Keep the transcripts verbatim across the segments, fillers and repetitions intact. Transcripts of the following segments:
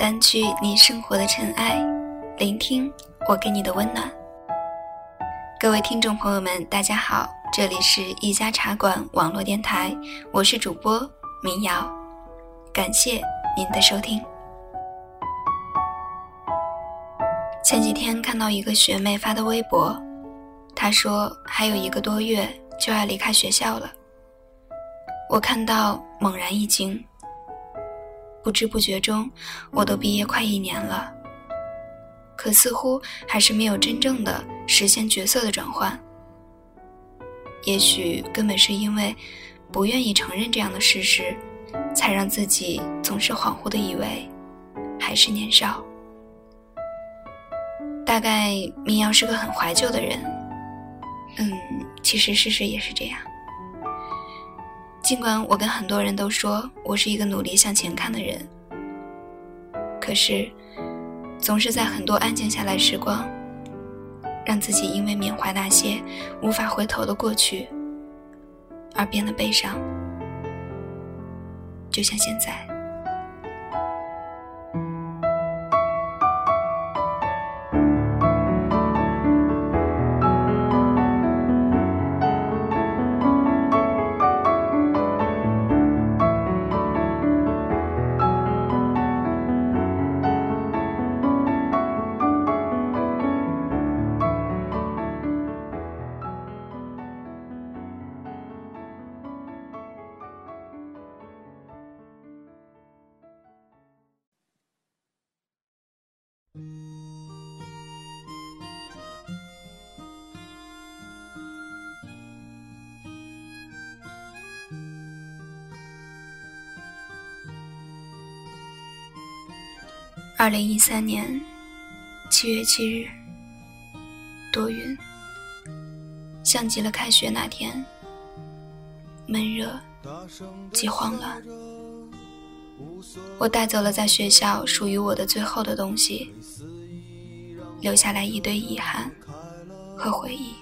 掸去你生活的尘埃，聆听我给你的温暖。各位听众朋友们，大家好，这里是一家茶馆网络电台，我是主播民谣，感谢您的收听。前几天看到一个学妹发的微博，她说还有一个多月就要离开学校了。我看到猛然一惊，不知不觉中我都毕业快一年了，可似乎还是没有真正的实现角色的转换。也许根本是因为不愿意承认这样的事实，才让自己总是恍惚地以为还是年少。大概民谣是个很怀旧的人，嗯，其实事实也是这样。尽管我跟很多人都说我是一个努力向前看的人，可是总是在很多安静下来时光，让自己因为缅怀那些无法回头的过去而变得悲伤，就像现在。二零一三年七月七日，多云，像极了开学那天，闷热既慌乱。我带走了在学校属于我的最后的东西，留下来一堆遗憾和回忆。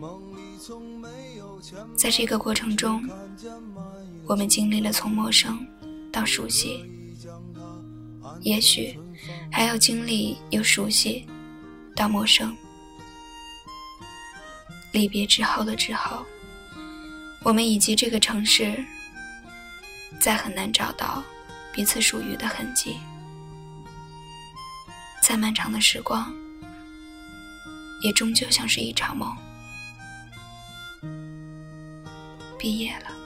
在这个过程中，我们经历了从陌生到熟悉，也许还要经历由熟悉到陌生。离别之后的之后，我们以及这个城市再很难找到彼此属于的痕迹。再漫长的时光也终究像是一场梦。毕业了，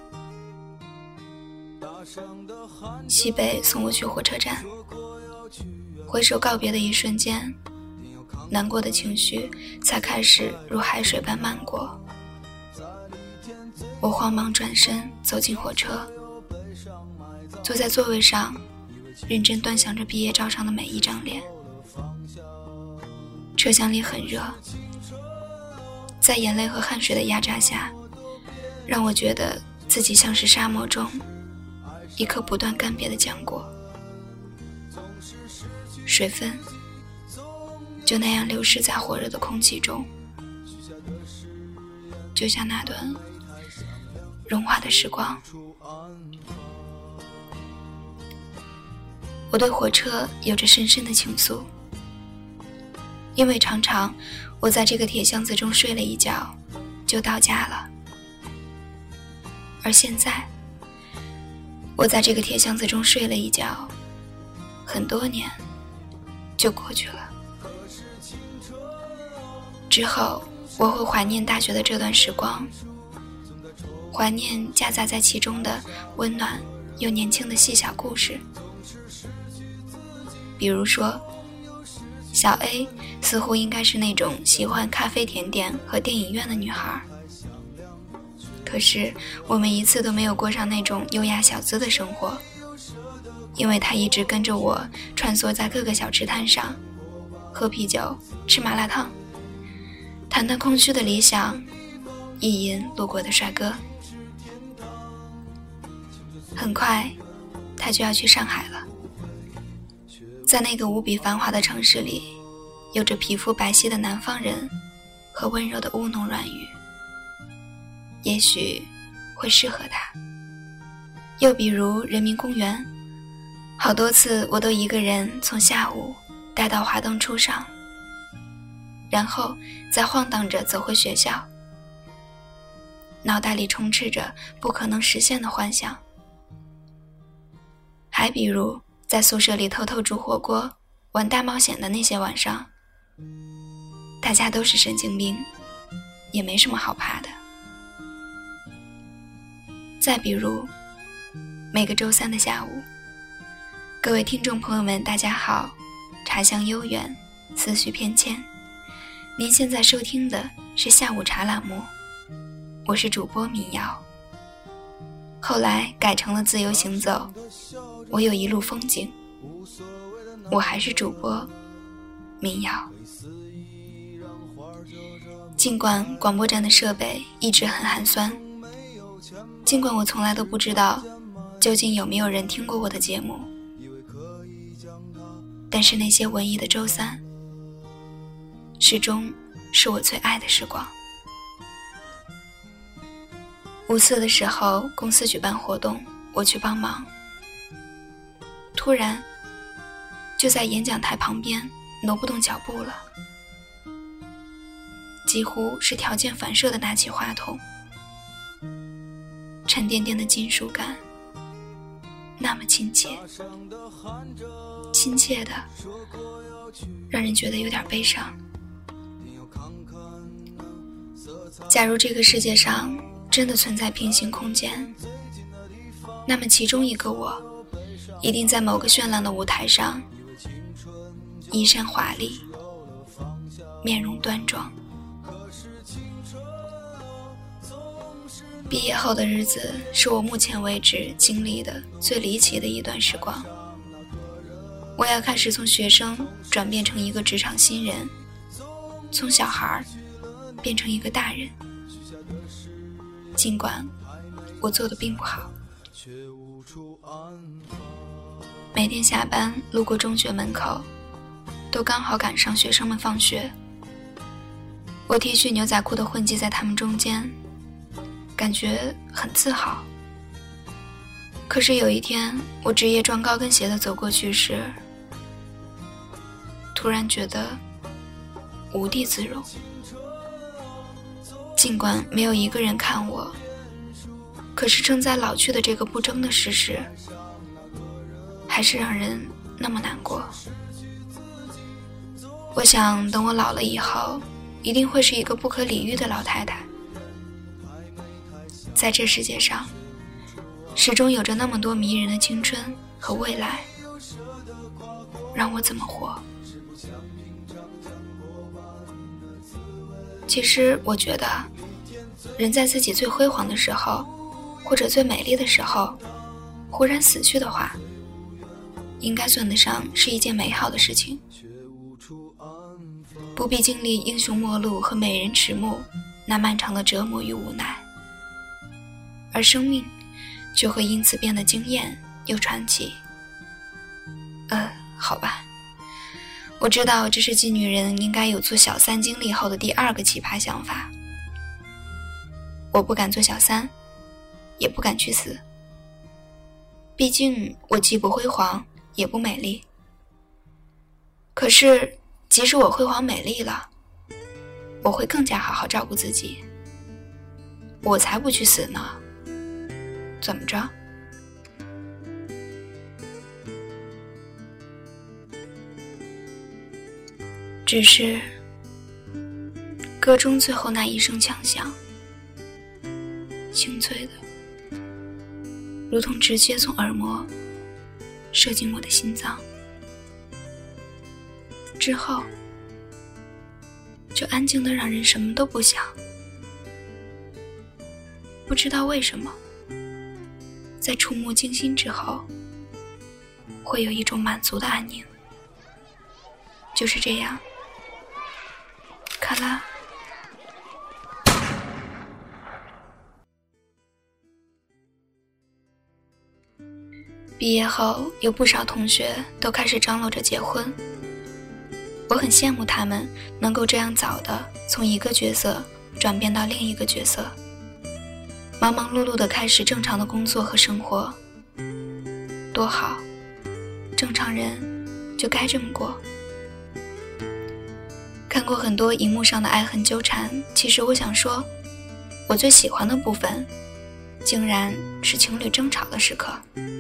西北送我去火车站，挥手告别的一瞬间，难过的情绪才开始如海水般漫过。我慌忙转身走进火车，坐在座位上，认真端详着毕业照上的每一张脸。车厢里很热，在眼泪和汗水的压榨下，让我觉得自己像是沙漠中一颗不断干瘪的浆果，水分就那样流失在火热的空气中，就像那段融化的时光。我对火车有着深深的情愫，因为常常我在这个铁箱子中睡了一觉就到家了，而现在我在这个铁箱子中睡了一觉，很多年就过去了。之后我会怀念大学的这段时光，怀念夹杂在其中的温暖又年轻的细小故事。比如说，小 A 似乎应该是那种喜欢咖啡甜点和电影院的女孩，可是我们一次都没有过上那种优雅小资的生活，因为她一直跟着我穿梭在各个小吃摊上，喝啤酒，吃麻辣烫，谈谈空虚的理想，意淫路过的帅哥。很快他就要去上海了，在那个无比繁华的城市里，有着皮肤白皙的南方人和温柔的乌侬软语，也许会适合他。又比如人民公园， 好多次我都一个人从下午待到华灯初上，然后再晃荡着走回学校，脑袋里充斥着不可能实现的幻想。还比如在宿舍里偷偷煮火锅玩大冒险的那些晚上，大家都是神经病，也没什么好怕的。再比如每个周三的下午，各位听众朋友们大家好，茶香悠远，思绪偏跹。您现在收听的是下午茶栏目，我是主播民谣，后来改成了自由行走，我有一路风景，我还是主播民谣。尽管广播站的设备一直很寒酸，尽管我从来都不知道究竟有没有人听过我的节目，但是那些文艺的周三始终是我最爱的时光。五四的时候公司举办活动，我去帮忙，突然就在演讲台旁边挪不动脚步了，几乎是条件反射地拿起话筒，沉甸甸的金属感那么亲切，亲切的让人觉得有点悲伤。假如这个世界上真的存在平行空间，那么其中一个我一定在某个绚烂的舞台上，衣衫华丽，面容端庄。毕业后的日子是我目前为止经历的最离奇的一段时光。我要开始从学生转变成一个职场新人，从小孩变成一个大人。尽管我做得并不好，每天下班路过中学门口，都刚好赶上学生们放学，我 T 恤牛仔裤的混迹在他们中间，感觉很自豪。可是有一天我职业装高跟鞋的走过去时，突然觉得无地自容。尽管没有一个人看我，可是正在老去的这个不争的事实，还是让人那么难过。我想等我老了以后，一定会是一个不可理喻的老太太。在这世界上，始终有着那么多迷人的青春和未来，让我怎么活？其实我觉得，人在自己最辉煌的时候，或者最美丽的时候，忽然死去的话，应该算得上是一件美好的事情，不必经历英雄末路和美人迟暮那漫长的折磨与无奈，而生命就会因此变得惊艳又传奇。呃，好吧，我知道这是妓女人应该有做小三经历后的第二个奇葩想法。我不敢做小三，也不敢去死，毕竟我既不辉煌也不美丽。可是即使我辉煌美丽了，我会更加好好照顾自己，我才不去死呢。怎么着？只是歌中最后那一声枪响，清脆的如同直接从耳膜射进我的心脏，之后就安静的让人什么都不想。不知道为什么，在触目惊心之后，会有一种满足的安宁。就是这样，咔啦。毕业后，有不少同学都开始张罗着结婚。我很羡慕他们能够这样早的从一个角色转变到另一个角色，忙忙碌碌的开始正常的工作和生活，多好。 正常人就该这么过。看过很多荧幕上的爱恨纠缠，其实我想说，我最喜欢的部分竟然是情侣争吵的时刻。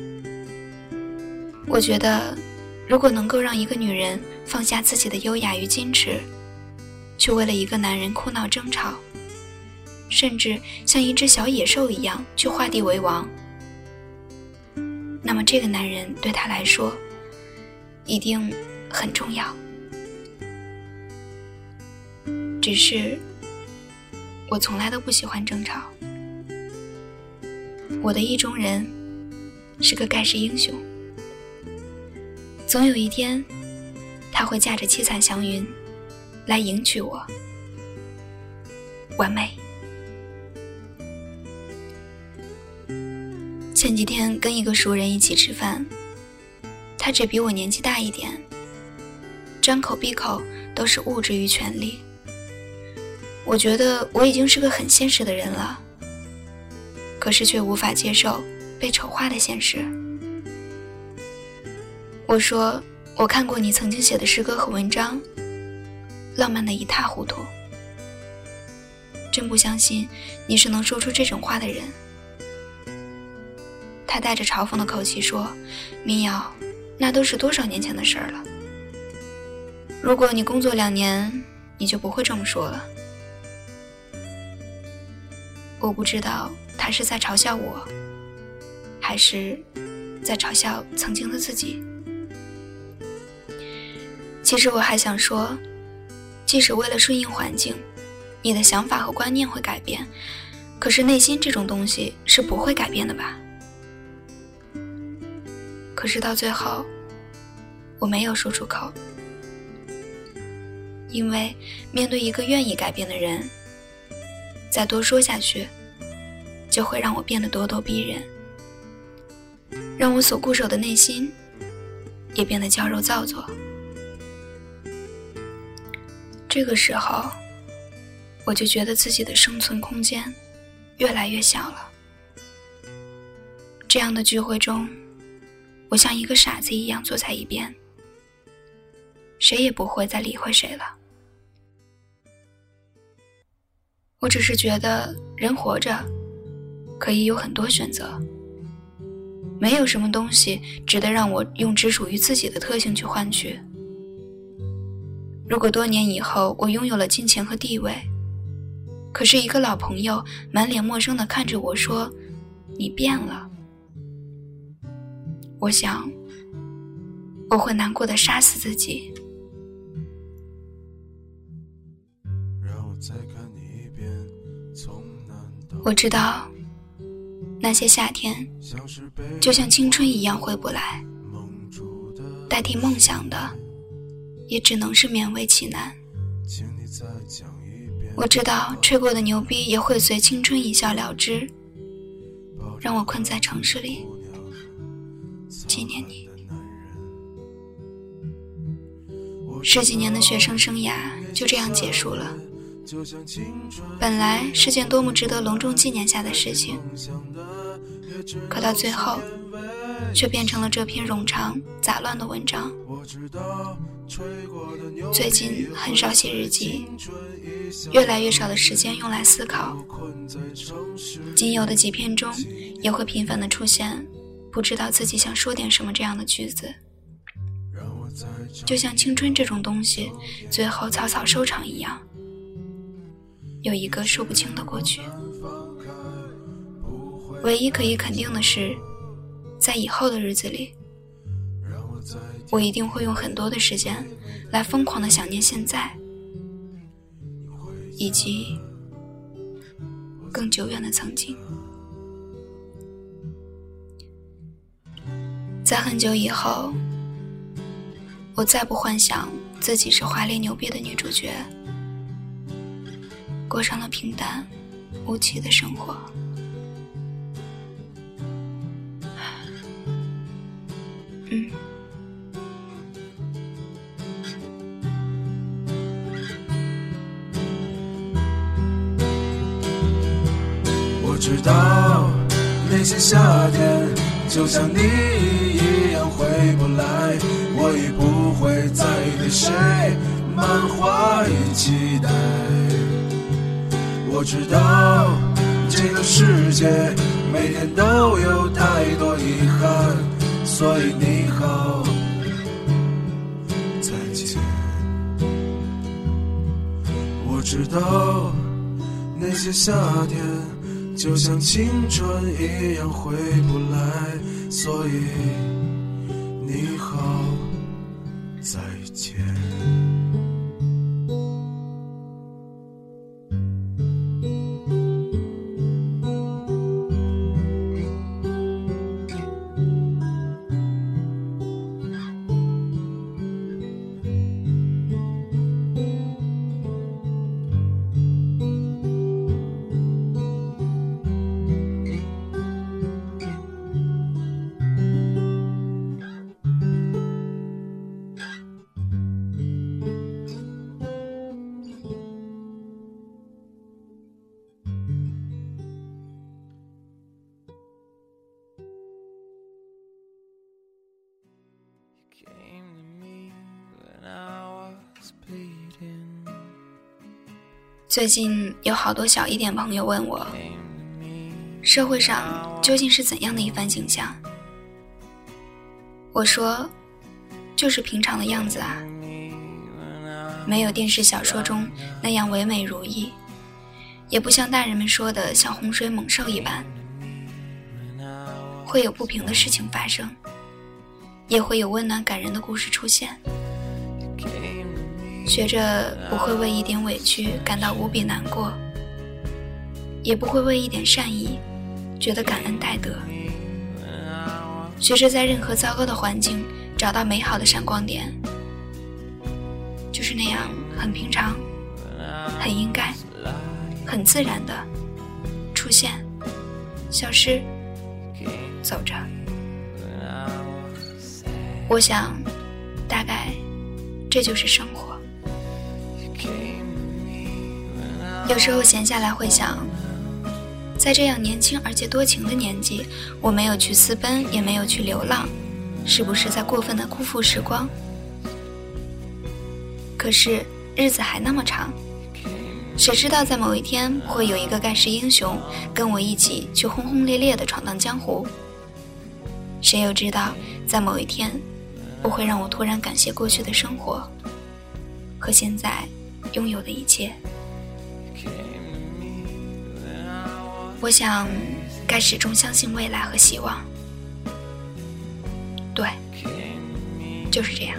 我觉得如果能够让一个女人放下自己的优雅与矜持，去为了一个男人哭闹争吵，甚至像一只小野兽一样去画地为王，那么这个男人对她来说一定很重要。只是我从来都不喜欢争吵，我的意中人是个盖世英雄，总有一天他会驾着七彩祥云来迎娶我，完美。前几天跟一个熟人一起吃饭，他只比我年纪大一点，张口闭口都是物质与权力。我觉得我已经是个很现实的人了，可是却无法接受被丑化的现实。我说，我看过你曾经写的诗歌和文章，浪漫的一塌糊涂，真不相信你是能说出这种话的人。他带着嘲讽的口气说，民谣，那都是多少年前的事儿了，如果你工作两年，你就不会这么说了。我不知道他是在嘲笑我，还是在嘲笑曾经的自己。其实我还想说，即使为了顺应环境，你的想法和观念会改变，可是内心这种东西是不会改变的吧。可是到最后我没有说出口，因为面对一个愿意改变的人，再多说下去就会让我变得咄咄逼人，让我所固守的内心也变得娇柔造作。这个时候我就觉得自己的生存空间越来越小了。这样的聚会中，我像一个傻子一样坐在一边，谁也不会再理会谁了。我只是觉得人活着可以有很多选择，没有什么东西值得让我用只属于自己的特性去换取。如果多年以后我拥有了金钱和地位，可是一个老朋友满脸陌生地看着我说，你变了，我想我会难过地杀死自己。我知道那些夏天就像青春一样回不来，代替梦想的也只能是勉为其难。我知道吹过的牛逼也会随青春一笑了之，让我困在城市里纪念你。十几年的学生生涯就这样结束了，本来是件多么值得隆重纪念下的事情，可到最后却变成了这篇冗长杂乱的文章。最近很少写日记，越来越少的时间用来思考，仅有的几篇中也会频繁地出现不知道自己想说点什么这样的句子。就像青春这种东西最后草草收场一样，有一个说不清的过去。唯一可以肯定的是，在以后的日子里，我一定会用很多的时间来疯狂地想念现在，以及更久远的曾经。在很久以后，我再不幻想自己是华丽牛逼的女主角，过上了平淡无奇的生活。嗯， 我知道那些夏天就像你一样回不来，我已不会再对谁满怀期待。我知道这个世界每天都有太多遗憾，所以你好，再见。我知道那些夏天就像青春一样回不来，所以你好，再见。 最近有好多小一点朋友问我，社会上究竟是怎样的一番景象？我说，就是平常的样子啊，没有电视小说中那样唯美如意，也不像大人们说的像洪水猛兽一般，会有不平的事情发生，也会有温暖感人的故事出现。学着不会为一点委屈感到无比难过，也不会为一点善意觉得感恩戴德。学着在任何糟糕的环境找到美好的闪光点，就是那样很平常、很应该、很自然的出现、消失、走着。我想，大概这就是生活。有时候闲下来会想，在这样年轻而且多情的年纪，我没有去私奔，也没有去流浪，是不是在过分的辜负时光？可是日子还那么长，谁知道在某一天会有一个盖世英雄跟我一起去轰轰烈烈地闯荡江湖？谁又知道在某一天不会让我突然感谢过去的生活和现在拥有的一切？我想该始终相信未来和希望。对，就是这样。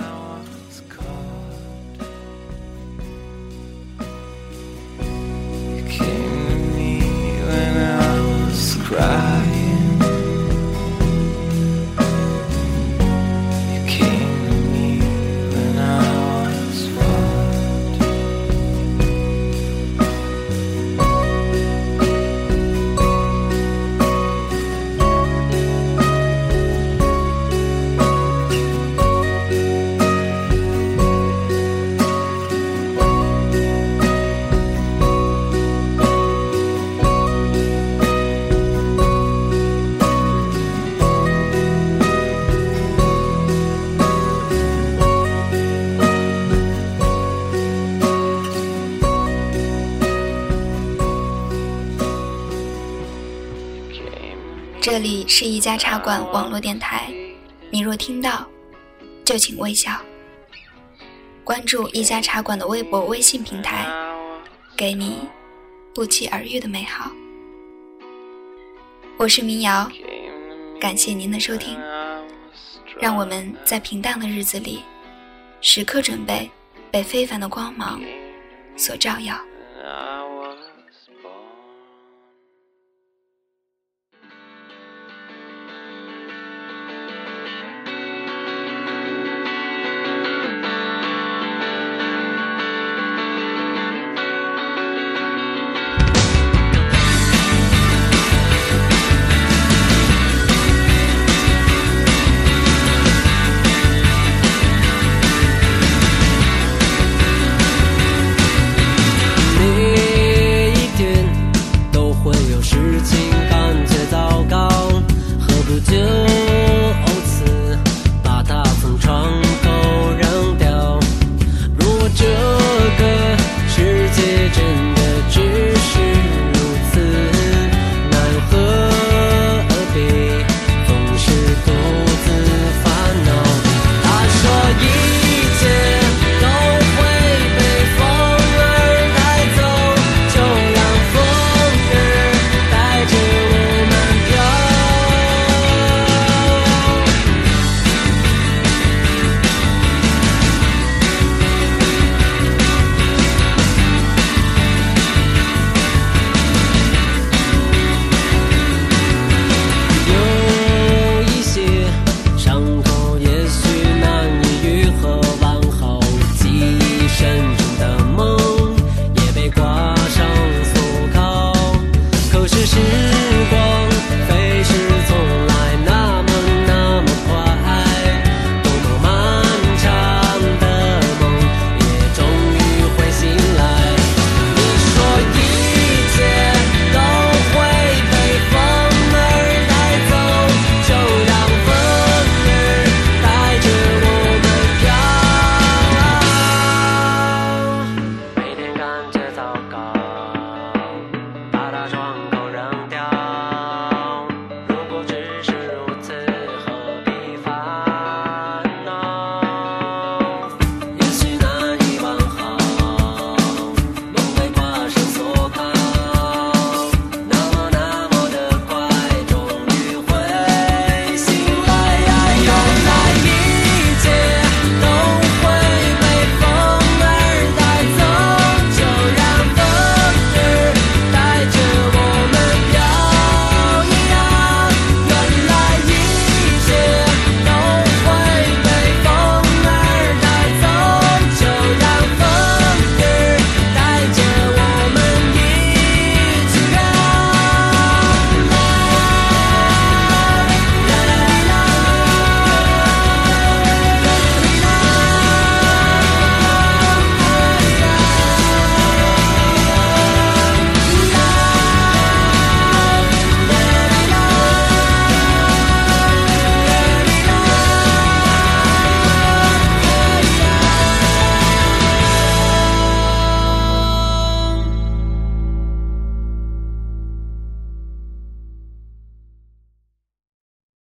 这里是一家茶馆网络电台，你若听到，就请微笑。关注一家茶馆的微博、微信平台，给你不期而遇的美好。我是民谣，感谢您的收听，让我们在平淡的日子里，时刻准备被非凡的光芒所照耀。